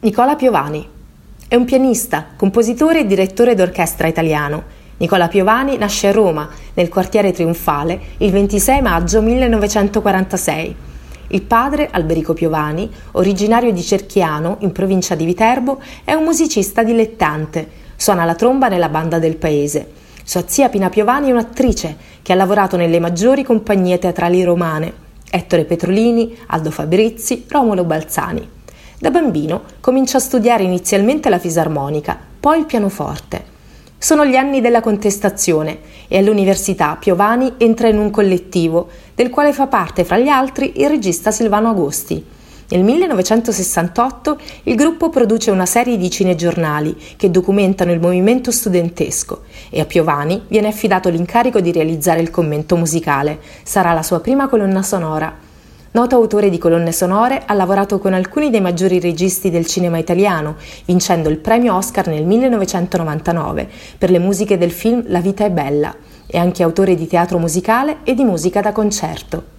Nicola Piovani. È un pianista, compositore e direttore d'orchestra italiano. Nicola Piovani nasce a Roma, nel quartiere Trionfale, il 26 maggio 1946. Il padre, Alberico Piovani, originario di Cerchiano, in provincia di Viterbo, è un musicista dilettante. Suona la tromba nella banda del paese. Sua zia Pina Piovani è un'attrice che ha lavorato nelle maggiori compagnie teatrali romane: Ettore Petrolini, Aldo Fabrizi, Romolo Balzani. Da bambino comincia a studiare inizialmente la fisarmonica, poi il pianoforte. Sono gli anni della contestazione e all'università Piovani entra in un collettivo del quale fa parte, fra gli altri, il regista Silvano Agosti. Nel 1968 il gruppo produce una serie di cinegiornali che documentano il movimento studentesco e a Piovani viene affidato l'incarico di realizzare il commento musicale. Sarà la sua prima colonna sonora. Noto autore di colonne sonore, ha lavorato con alcuni dei maggiori registi del cinema italiano, vincendo il premio Oscar nel 1999 per le musiche del film La vita è bella. È anche autore di teatro musicale e di musica da concerto.